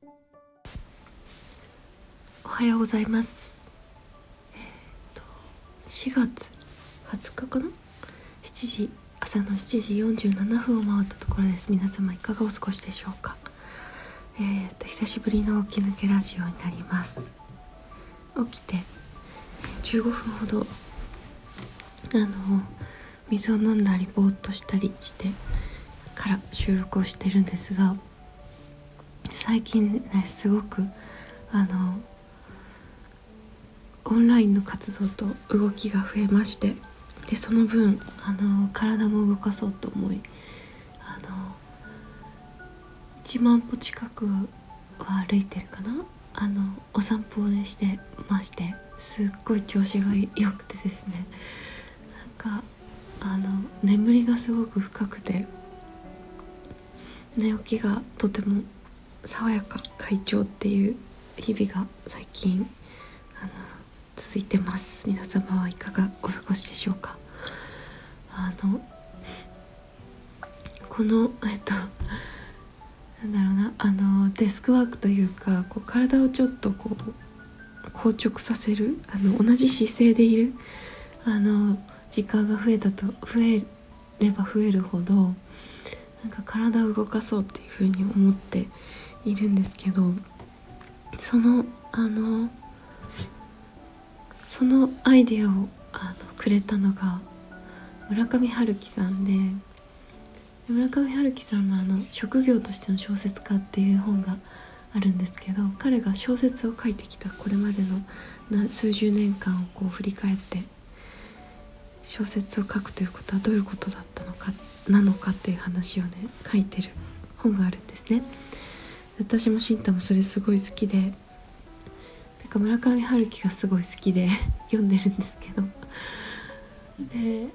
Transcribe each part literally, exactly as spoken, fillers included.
おはようございます。えー、としがつはつかかな、しちじ朝のしちじよんじゅうななふんを回ったところです。皆様いかがお過ごしでしょうか。えー、と久しぶりの起き抜けラジオになります。起きてじゅうごふんほどあの水を飲んだりぼーっとしたりしてから収録をしてるんですが、最近ねすごくあのオンラインの活動と動きが増えまして、でその分あの体も動かそうと思い、あのいちまんぽ近くは歩いてるかな、あのお散歩をねしてまして、すっごい調子が良くてですね、なんかあの眠りがすごく深くて寝起きがとても爽やか快調っていう日々が最近あの続いてます。皆様はいかがお過ごしでしょうか。あのこのえっとなんだろうなあのデスクワークというか、こう体をちょっとこう硬直させる、あの同じ姿勢でいるあの時間が増えたと増えれば増えるほど、なんか体を動かそうっていう風に思っているんですけど、そのあのそのアイデアをあのくれたのが村上春樹さんで、村上春樹さんのあの職業としての小説家っていう本があるんですけど、彼が小説を書いてきたこれまでのな数十年間をこう振り返って小説を書くということはどういうことだったのかなのかっていう話をね書いてる本があるんですね。私も慎太もそれすごい好きで、なんか村上春樹がすごい好きで読んでるんですけど、で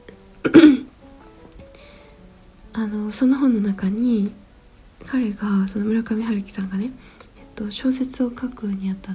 あのその本の中に彼がその村上春樹さんがね、えっと、小説を書くにあたって、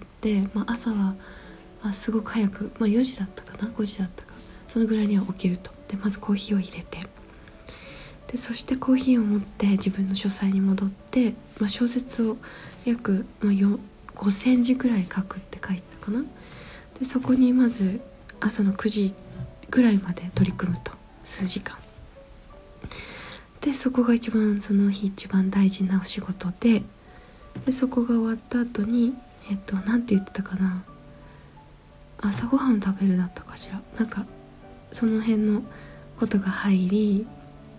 まあ、朝はあすごく早く、まあ、よじだったかなごじだったかそのぐらいには起きると。でまずコーヒーを入れて、でそしてコーヒーを持って自分の書斎に戻って、まあ、小説を約、まあ、ごせんじくらい書くって書いてたかな。でそこにまず朝のくじぐらいまで取り組むと、数時間で、そこが一番その日一番大事なお仕事で、でそこが終わった後にえっとなんて言ってたかな、朝ごはん食べるだったかしら、なんかその辺のことが入り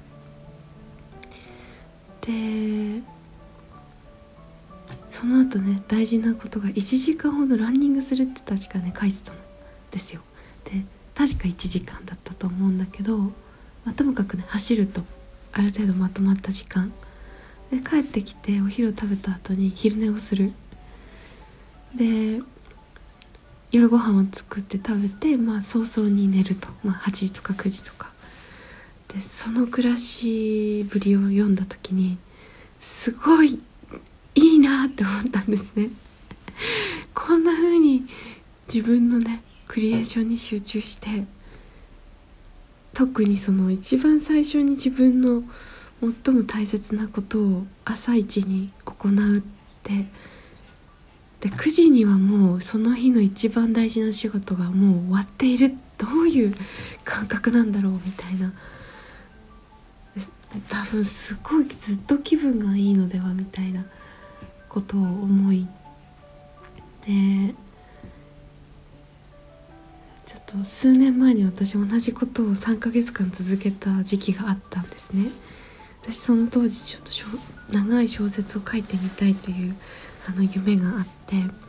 で、その後ね大事なことがいちじかんほどランニングするって確かね書いてたんですよ。で確かいちじかんだったと思うんだけど、まあ、ともかくね走るとある程度まとまった時間で帰ってきて、お昼を食べた後に昼寝をする。で夜ご飯を作って食べて、まあ早々に寝ると、まあ、はちじとかくじとかで、その暮らしぶりを読んだ時にすごいいいなって思ったんですね。こんな風に自分のねクリエーションに集中して、特にその一番最初に自分の最も大切なことを朝一に行うって、でくじにはもうその日の一番大事な仕事がもう終わっている、どういう感覚なんだろうみたいな、多分すごいずっと気分がいいのではみたいなことを思い、でちょっと数年前に私同じことをさんかげつかん続けた時期があったんですね。私その当時ちょっと長い小説を書いてみたいというあの夢があって、で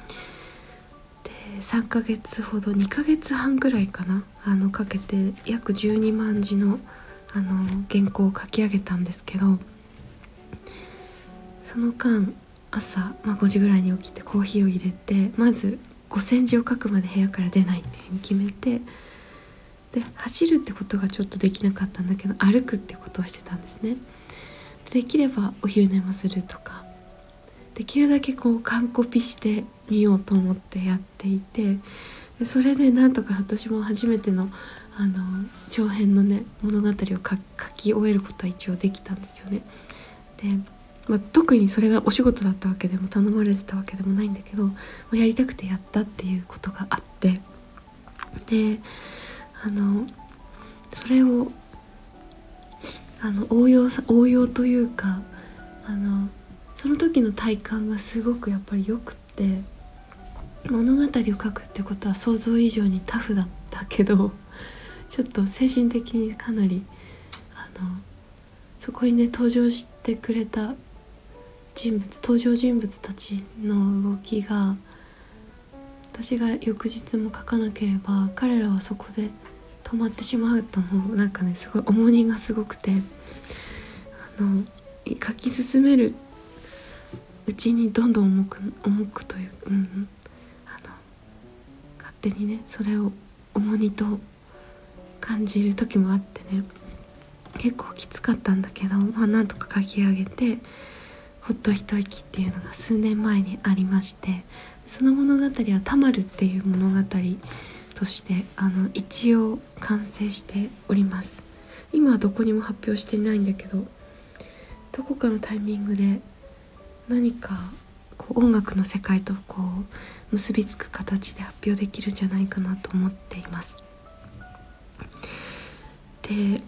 さんかげつほどにかげつはんぐらいかなあのかけて約じゅうにまんじのあの原稿を書き上げたんですけど、その間朝、まあ、ごじぐらいに起きてコーヒーを入れて、まずごせんじを書くまで部屋から出ないっていうふうに決めて、で走るってことがちょっとできなかったんだけど歩くってことをしてたんですね。で、できればお昼寝もするとか、できるだけこう完コピしてみようと思ってやっていて、でそれでなんとか私も初めてのあの長編のね物語を書き終えることは一応できたんですよね。でまあ、特にそれがお仕事だったわけでも頼まれてたわけでもないんだけど、やりたくてやったっていうことがあって、であのそれをあの応用さ応用というか、あのその時の体感がすごくやっぱりよくって、物語を書くってことは想像以上にタフだったけど、ちょっと精神的にかなりあのそこにね登場してくれた人物登場人物たちの動きが、私が翌日も書かなければ彼らはそこで止まってしまうと思う。なんかねすごい重荷がすごくて、あの書き進めるうちにどんどん重く重くという、うん、あの勝手にねそれを重荷と感じる時もあってね、結構きつかったんだけど、まあなんとか書き上げてほっと一息っていうのが数年前にありまして、その物語はたまるっていう物語としてあの一応完成しております。今はどこにも発表していないんだけど、どこかのタイミングで何かこう音楽の世界とこう結びつく形で発表できるんじゃないかなと思っています。で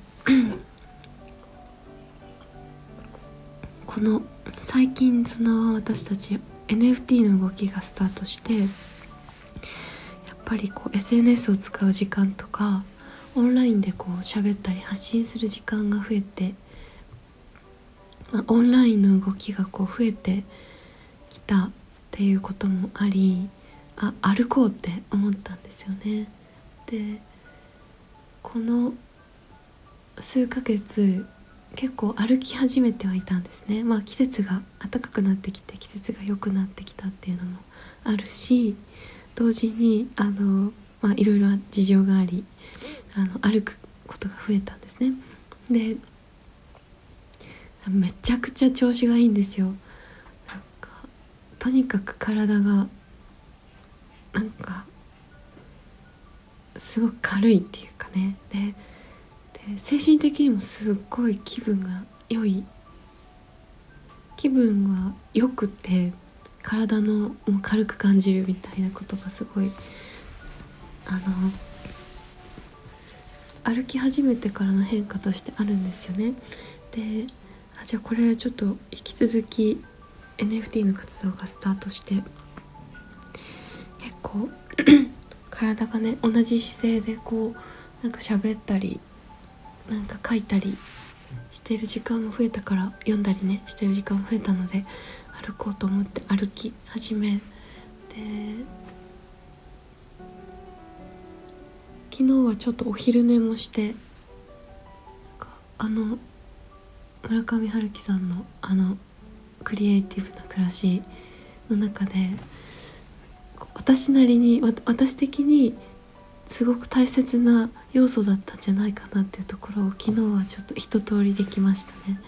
この最近その私たち エヌエフティー の動きがスタートして、やっぱりこう エスエヌエス を使う時間とかオンラインでこう喋ったり発信する時間が増えて、まあ、オンラインの動きがこう増えてきたっていうこともあり、あ歩こうって思ったんですよね。でこの数ヶ月結構歩き始めてはいたんですね。まあ季節が暖かくなってきて季節が良くなってきたっていうのもあるし、同時にあのまあいろいろ事情があり、あの歩くことが増えたんですね。でめちゃくちゃ調子がいいんですよ。なんかとにかく体がなんかすごく軽いっていうかね、で精神的にもすっごい気分が良い気分は良くて、体のもう軽く感じるみたいなことがすごいあの歩き始めてからの変化としてあるんですよね。であじゃあこれちょっと引き続き エヌエフティー の活動がスタートして、結構体がね同じ姿勢でこうなんか喋ったりなんか書いたりしてる時間も増えたから、読んだりねしてる時間も増えたので歩こうと思って歩き始めで、昨日はちょっとお昼寝もして、なんかあの村上春樹さんのあのクリエイティブな暮らしの中で私なりに私的にすごく大切な要素だったんじゃないかなっていうところを昨日はちょっと一通りできましたね。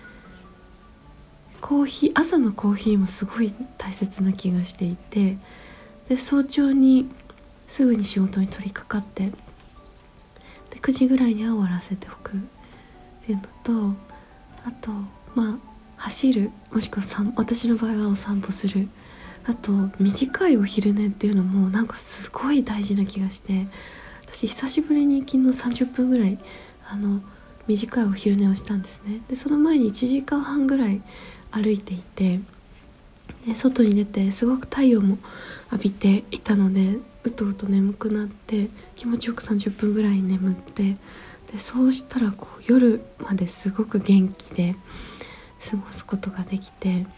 コーヒー朝のコーヒーもすごい大切な気がしていて、で早朝にすぐに仕事に取り掛かって、でくじぐらいには終わらせておくっていうのと、あとまあ走る、もしくは私の場合はお散歩する、あと短いお昼寝っていうのもなんかすごい大事な気がして、私久しぶりに昨日さんじゅっぷんぐらいあの短いお昼寝をしたんですね。でその前にいちじかんはんぐらい歩いていて、で外に出てすごく太陽も浴びていたのでうとうと眠くなって気持ちよくさんじゅっぷんぐらい眠って、でそうしたらこう夜まですごく元気で過ごすことができて、なん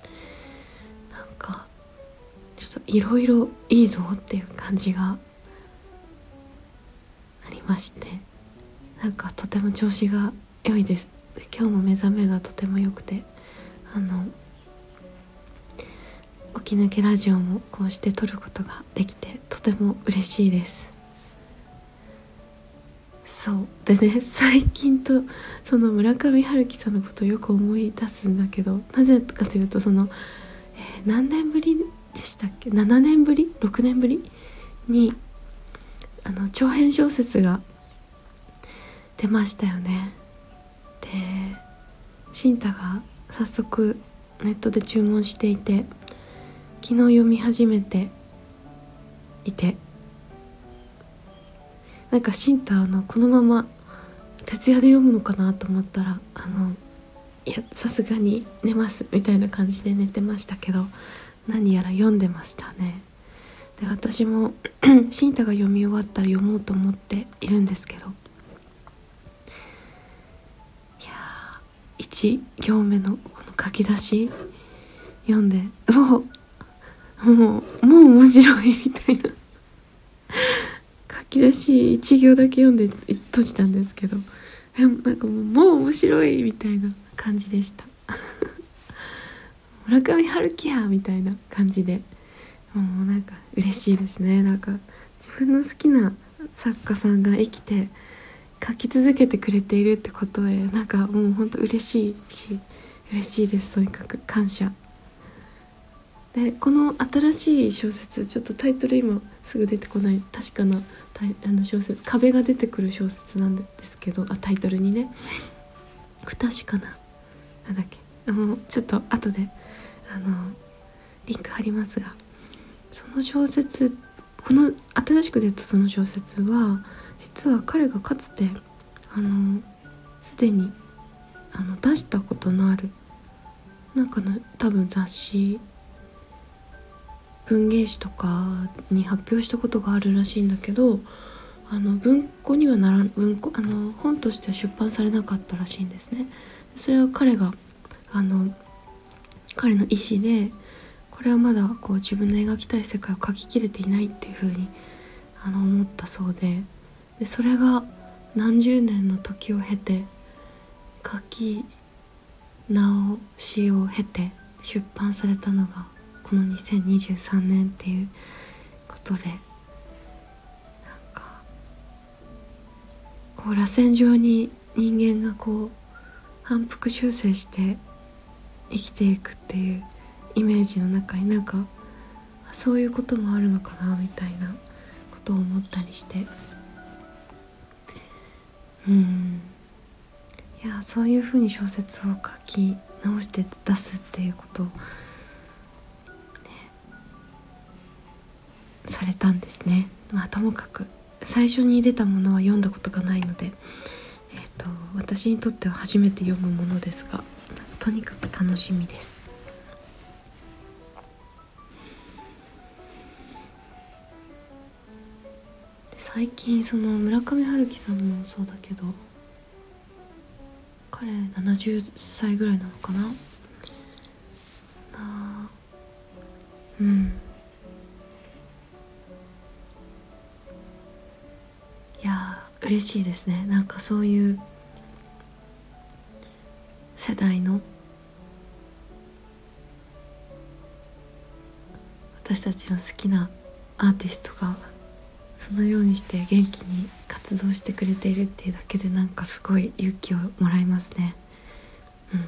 かちょっといろいろいいぞっていう感じがありまして、なんかとても調子が良いです。で今日も目覚めがとても良くて、あの起き抜けラジオもこうして撮ることができてとても嬉しいです。そうでね、最近とその村上春樹さんのことをよく思い出すんだけど、なぜかというとその、えー、何年ぶりでしたっけ、ななねんぶりろくねんぶりにあの長編小説が出ましたよね。で新太が早速ネットで注文していて、昨日読み始めていて、なんかシンタのこのまま徹夜で読むのかなと思ったら、あのいやさすがに寝ますみたいな感じで寝てましたけど、何やら読んでましたね。で私もシンタが読み終わったら読もうと思っているんですけど、いやいち行目のこの書き出し読んで、もうもうもう面白いみたいな書き出しいち行だけ読んで閉じたんですけど、えなんかもうもう面白いみたいな感じでした村上春樹やみたいな感じで、もうなんか嬉しいですね。なんか自分の好きな作家さんが生きて書き続けてくれているってことへ、なんかもう本当嬉しいし嬉しいです。とにかく感謝で、この新しい小説、ちょっとタイトル今すぐ出てこない、確かなあの小説、壁が出てくる小説なんですけど、あタイトルにね不確かななんだっけ、もうちょっと後であのリンク貼りますが、その小説、この新しく出たその小説は実は彼がかつてあのすでにあの出したことのあるなんかの多分雑誌、文芸誌とかに発表したことがあるらしいんだけど、あの文庫にはならん文庫あの本としては出版されなかったらしいんですね。それは彼があの彼の意思で、これはまだこう自分の描きたい世界を描ききれていないっていう風にあの思ったそうで、でそれが何十年の時を経て書き直しを経て出版されたのがこのにせんにじゅうさんねんっていうことで、なんかこう螺旋状に人間がこう反復修正して生きていくっていうイメージの中に、なんかそういうこともあるのかなみたいなことを思ったりして、うんいやそういう風に小説を書き直して出すっていうことを、ね、されたんですね。まあともかく最初に出たものは読んだことがないので、えーと、私にとっては初めて読むものですが、とにかく楽しみです。で最近その村上春樹さんもそうだけど、彼ななじゅっさいぐらいなのかなあうんいや嬉しいですね。なんかそういう世代の私たちの好きなアーティストがそのようにして元気に活動してくれているっていうだけで、なんかすごい勇気をもらいますね。うん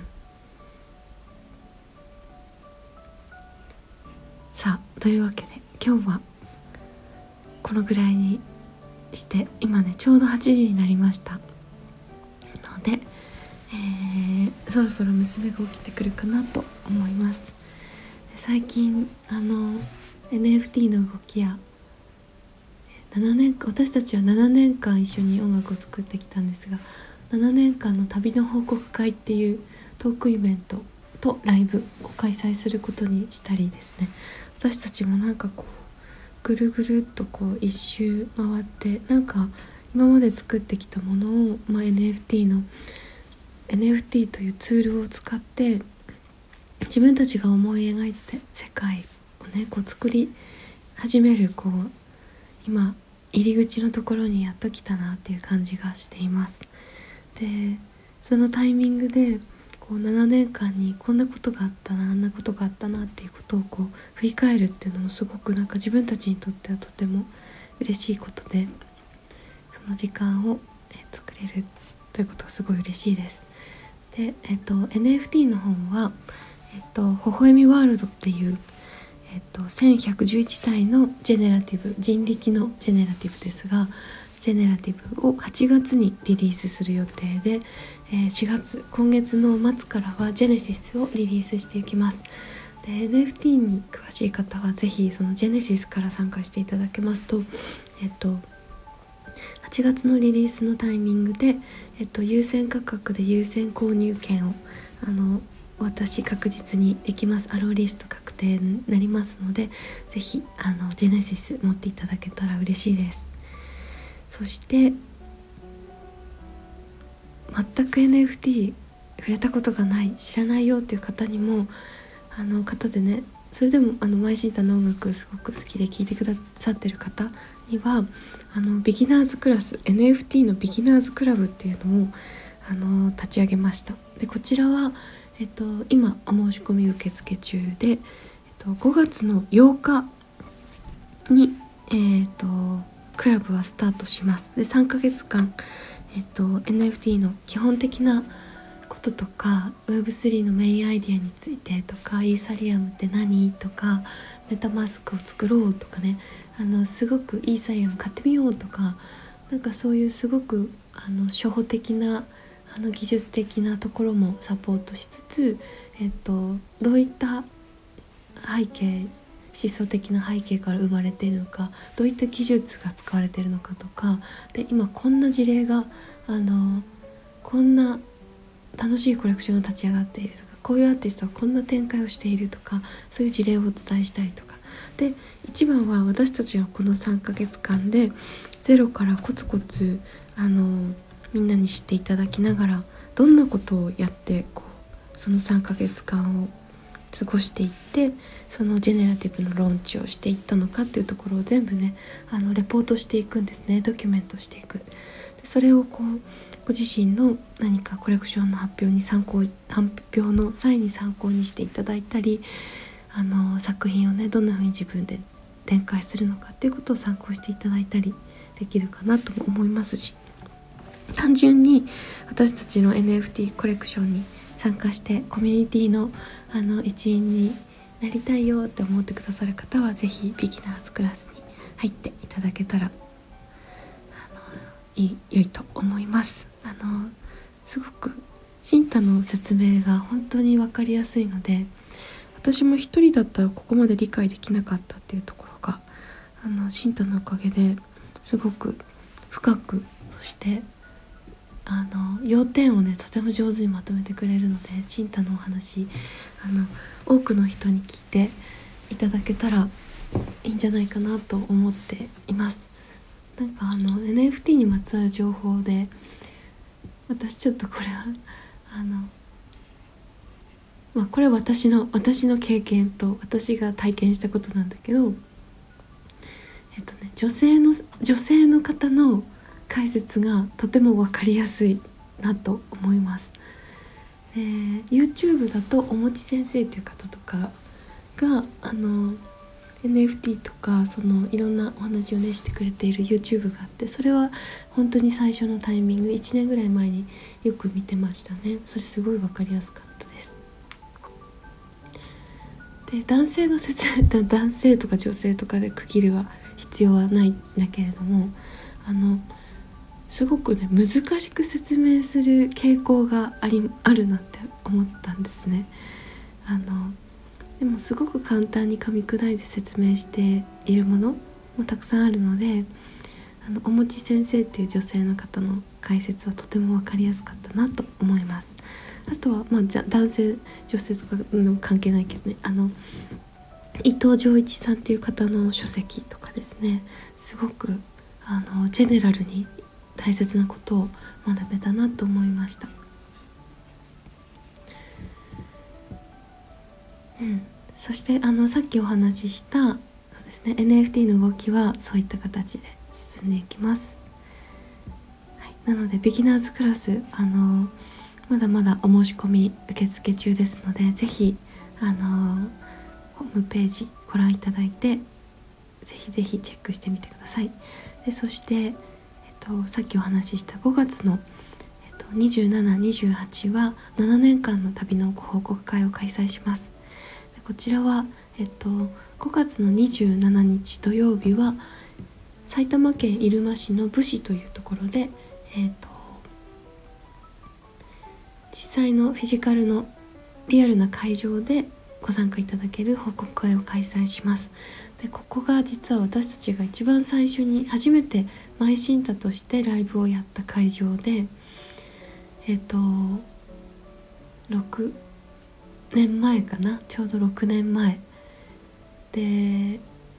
さあというわけで今日はこのぐらいにして、今ねちょうどはちじになりましたので、えー、そろそろ娘が起きてくるかなと思います。最近あの エヌエフティー の動きやななねんかん私たちはななねんかん一緒に音楽を作ってきたんですが、ななねんかんの旅の報告会っていうトークイベントとライブを開催することにしたりですね、私たちもなんかこうぐるぐるっとこう一周回って、なんか今まで作ってきたものを、まあ、エヌエフティー の エヌエフティー というツールを使って自分たちが思い描いてた世界をねこう作り始める、こう今入り口のところにやっと来たなっていう感じがしています。でそのタイミングでこうななねんかんにこんなことがあったなあんなことがあったなっていうことをこう振り返るっていうのもすごくなんか自分たちにとってはとても嬉しいことで、その時間を、えー、作れるということがすごい嬉しいです。で、えっと、エヌエフティー の本は、えっと、微笑みワールドっていう、えっと、せんひゃくじゅういちたいのジェネラティブ、人力のジェネラティブですが、ジェネラティブをはちがつにリリースする予定で、 えー、しがつ今月の末からはジェネシスをリリースしていきます。で エヌエフティー に詳しい方はぜひそのジェネシスから参加していただけますと、えっとはちがつのリリースのタイミングで、えっと、優先価格で優先購入券をあの私確実にできます。アローリスト確定になりますので、ぜひあのジェネシス持っていただけたら嬉しいです。そして全く エヌエフティー 触れたことがない、知らないよっていう方にもあの方でね、それでもあのマイシンタの音楽すごく好きで聴いてくださってる方にはあのビギナーズクラス エヌエフティー のビギナーズクラブっていうのをあの立ち上げました。でこちらは、えっと、今お申し込み受付中で、えっと、ごがつのようかに、えっと、クラブはスタートします。でさんかげつかん、えっと、エヌエフティー の基本的なこととか ウェブスリー のメインアイディアについてとか、イーサリアムって何とか、メタマスクを作ろうとかね、あのすごくイーサリアム買ってみようとか、なんかそういうすごくあの初歩的なあの技術的なところもサポートしつつ、えっと、どういった背景思想的な背景から生まれているのか、どういった技術が使われているのかとかで、今こんな事例があのこんな楽しいコレクションが立ち上がっているとか、こういうアーティストはこんな展開をしているとか、そういう事例をお伝えしたりとかで、一番は私たちはこのさんかげつかんでゼロからコツコツあのみんなに知っていただきながら、どんなことをやってこうそのさんかげつかんを過ごしていって、そのジェネラティブのローンチをしていったのかっていうところを全部ねあのレポートしていくんですね。ドキュメントしていく。でそれをこうご自身の何かコレクションの発表に参考発表の際に参考にしていただいたり、あの作品をねどんな風に自分で展開するのかっていうことを参考していただいたりできるかなとも思いますし、単純に私たちの エヌエフティー コレクションに参加してコミュニティのあの一員になりたいよって思ってくださる方はぜひビギナーズクラスに入っていただけたらあのいい良いと思います。あのすごくシンタの説明が本当に分かりやすいので、私も一人だったらここまで理解できなかったっていうところがあのシンタのおかげですごく深く、そしてあの要点をねとても上手にまとめてくれるので、シンタのお話あの多くの人に聞いていただけたらいいんじゃないかなと思っています。なんかあの エヌエフティー にまつわる情報で、私ちょっとこれはあのまあこれは私の私の経験と私が体験したことなんだけど、えっとね女性の女性の方の解説がとても分かりやすいなと思います。えー、YouTube だとおもち先生という方とかがあの エヌエフティー とかそのいろんなお話をねしてくれている YouTube があって、それは本当に最初のタイミングいちねんぐらい前によく見てましたね。それすごい分かりやすかったです。で男性が説明男性とか女性とかで区切りは必要はないんだけれども、あのすごくね難しく説明する傾向がありあるなって思ったんですね。あのでもすごく簡単に噛み砕いて説明しているものもたくさんあるので、あのおもち先生っていう女性の方の解説はとても分かりやすかったなと思います。あとは、まあ、じゃ男性女性とかの関係ないけどね、あの伊藤浄一さんっていう方の書籍とかですね、すごくあのジェネラルに大切なことを学べたなと思いました。うん、そしてあのさっきお話ししたそうですね エヌエフティー の動きはそういった形で進んでいきます。はい、なのでビギナーズクラスあのまだまだお申し込み受付中ですので、ぜひあのホームページご覧いただいてぜひぜひチェックしてみてください。でそして、えっと、さっきお話ししたごがつの、えっと、にじゅうしち、にじゅうはちはななねんかんの旅のご報告会を開催します。でこちらは、えっと、ごがつのにじゅうしちにち土曜日は埼玉県入間市の武士というところで、えっと実際のフィジカルのリアルな会場でご参加いただける報告会を開催します。でここが実は私たちが一番最初に初めてマイシンタとしてライブをやった会場で、えっとろくねんまえかな、ちょうどろくねんまえで、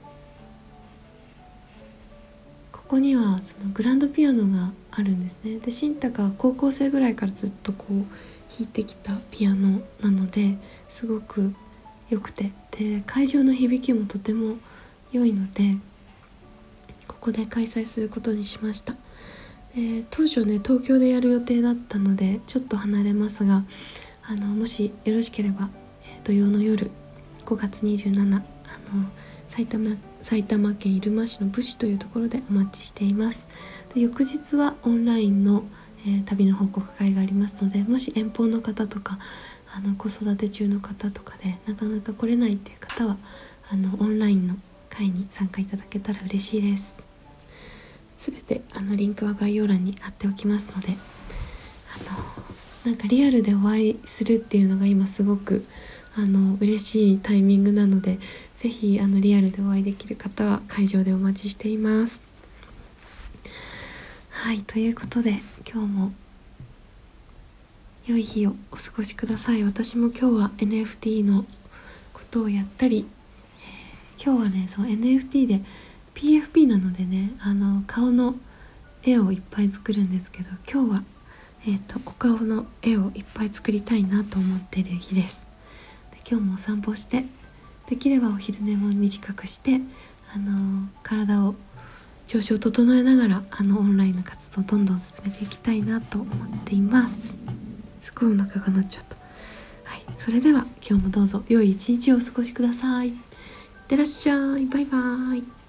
ここにはそのグランドピアノがあるんですね。でシンタが高校生ぐらいからずっとこう弾いてきたピアノなのですごく良くて、で会場の響きもとても良いのでここで開催することにしました。で当初ね東京でやる予定だったのでちょっと離れますが、あのもしよろしければ、えー、土曜の夜ごがつにじゅうしちにちあの埼玉埼玉県入間市の武士というところでお待ちしています。で翌日はオンラインの、えー、旅の報告会がありますので、もし遠方の方とかあの子育て中の方とかでなかなか来れないっていう方はあのオンラインの会に参加いただけたら嬉しいです。すべてあのリンクは概要欄に貼っておきますので、あのなんかリアルでお会いするっていうのが今すごくあの嬉しいタイミングなので、ぜひあのリアルでお会いできる方は会場でお待ちしています。はい、ということで今日も良い日をお過ごしください。私も今日は エヌエフティー のことをやったり、えー、今日はねその エヌエフティー で ピーエフピー なのでね、あの顔の絵をいっぱい作るんですけど、今日は、えーと、お顔の絵をいっぱい作りたいなと思っている日です。で今日もお散歩して、できればお昼寝も短くして、あの体を調子を整えながらあのオンラインの活動をどんどん進めていきたいなと思っています。すごいお腹が鳴っちゃった。はい、それでは今日もどうぞ良い一日をお過ごしください。いってらっしゃい。バイバイ。